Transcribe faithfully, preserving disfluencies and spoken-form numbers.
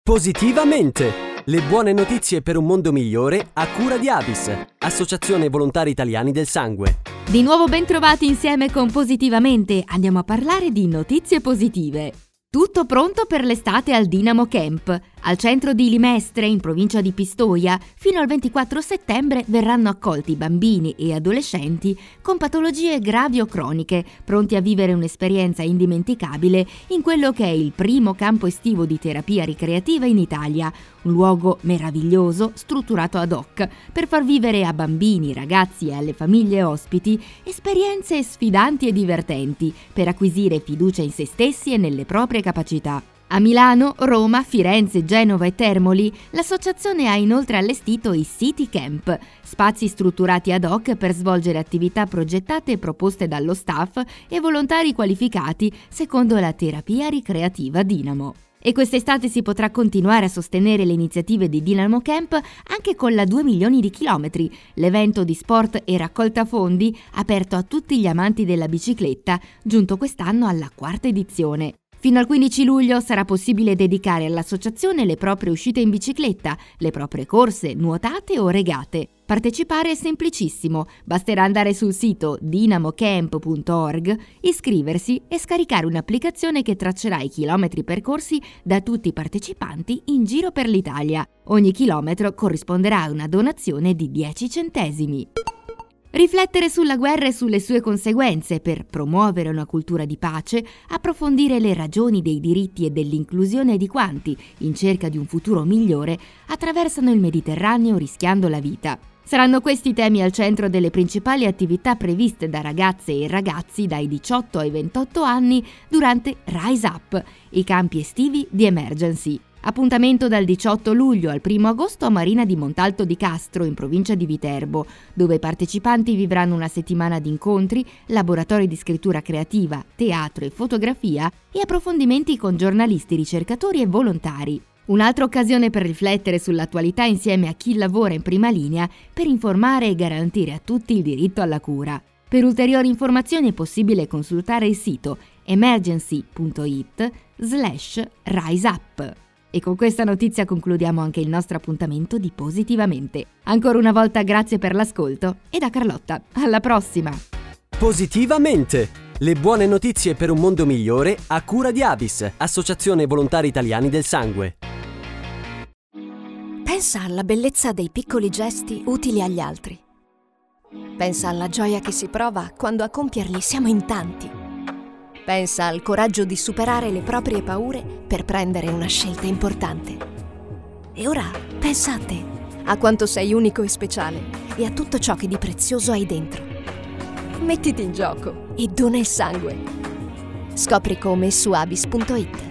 Positivamente! Le buone notizie per un mondo migliore a cura di Avis, Associazione Volontari Italiani del Sangue. Di nuovo ben trovati insieme con Positivamente. Andiamo a parlare di notizie positive. Tutto pronto per l'estate al Dinamo Camp. Al centro di Limestre, in provincia di Pistoia, fino al ventiquattro settembre verranno accolti bambini e adolescenti con patologie gravi o croniche, pronti a vivere un'esperienza indimenticabile in quello che è il primo campo estivo di terapia ricreativa in Italia, un luogo meraviglioso strutturato ad hoc per far vivere a bambini, ragazzi e alle famiglie ospiti esperienze sfidanti e divertenti per acquisire fiducia in se stessi e nelle proprie capacità. A Milano, Roma, Firenze, Genova e Termoli, l'associazione ha inoltre allestito i City Camp, spazi strutturati ad hoc per svolgere attività progettate e proposte dallo staff e volontari qualificati secondo la terapia ricreativa Dinamo. E quest'estate si potrà continuare a sostenere le iniziative di Dinamo Camp anche con la due milioni di chilometri, l'evento di sport e raccolta fondi aperto a tutti gli amanti della bicicletta, giunto quest'anno alla quarta edizione. Fino al quindici luglio sarà possibile dedicare all'associazione le proprie uscite in bicicletta, le proprie corse, nuotate o regate. Partecipare è semplicissimo, basterà andare sul sito dinamocamp punto org, iscriversi e scaricare un'applicazione che traccerà i chilometri percorsi da tutti i partecipanti in giro per l'Italia. Ogni chilometro corrisponderà a una donazione di dieci centesimi. Riflettere sulla guerra e sulle sue conseguenze per promuovere una cultura di pace, approfondire le ragioni dei diritti e dell'inclusione di quanti, in cerca di un futuro migliore, attraversano il Mediterraneo rischiando la vita. Saranno questi i temi al centro delle principali attività previste da ragazze e ragazzi dai diciotto ai ventotto anni durante Rise Up, i campi estivi di Emergency. Appuntamento dal diciotto luglio al primo agosto a Marina di Montalto di Castro, in provincia di Viterbo, dove i partecipanti vivranno una settimana di incontri, laboratori di scrittura creativa, teatro e fotografia e approfondimenti con giornalisti, ricercatori e volontari. Un'altra occasione per riflettere sull'attualità insieme a chi lavora in prima linea per informare e garantire a tutti il diritto alla cura. Per ulteriori informazioni è possibile consultare il sito emergency punto it slash riseup. E con questa notizia concludiamo anche il nostro appuntamento di Positivamente. Ancora una volta grazie per l'ascolto e da Carlotta, alla prossima! Positivamente! Le buone notizie per un mondo migliore a cura di Avis, Associazione Volontari Italiani del Sangue. Pensa alla bellezza dei piccoli gesti utili agli altri. Pensa alla gioia che si prova quando a compierli siamo in tanti. Pensa al coraggio di superare le proprie paure per prendere una scelta importante. E ora pensa a te, a quanto sei unico e speciale e a tutto ciò che di prezioso hai dentro. Mettiti in gioco e dona il sangue. Scopri come su avis punto it.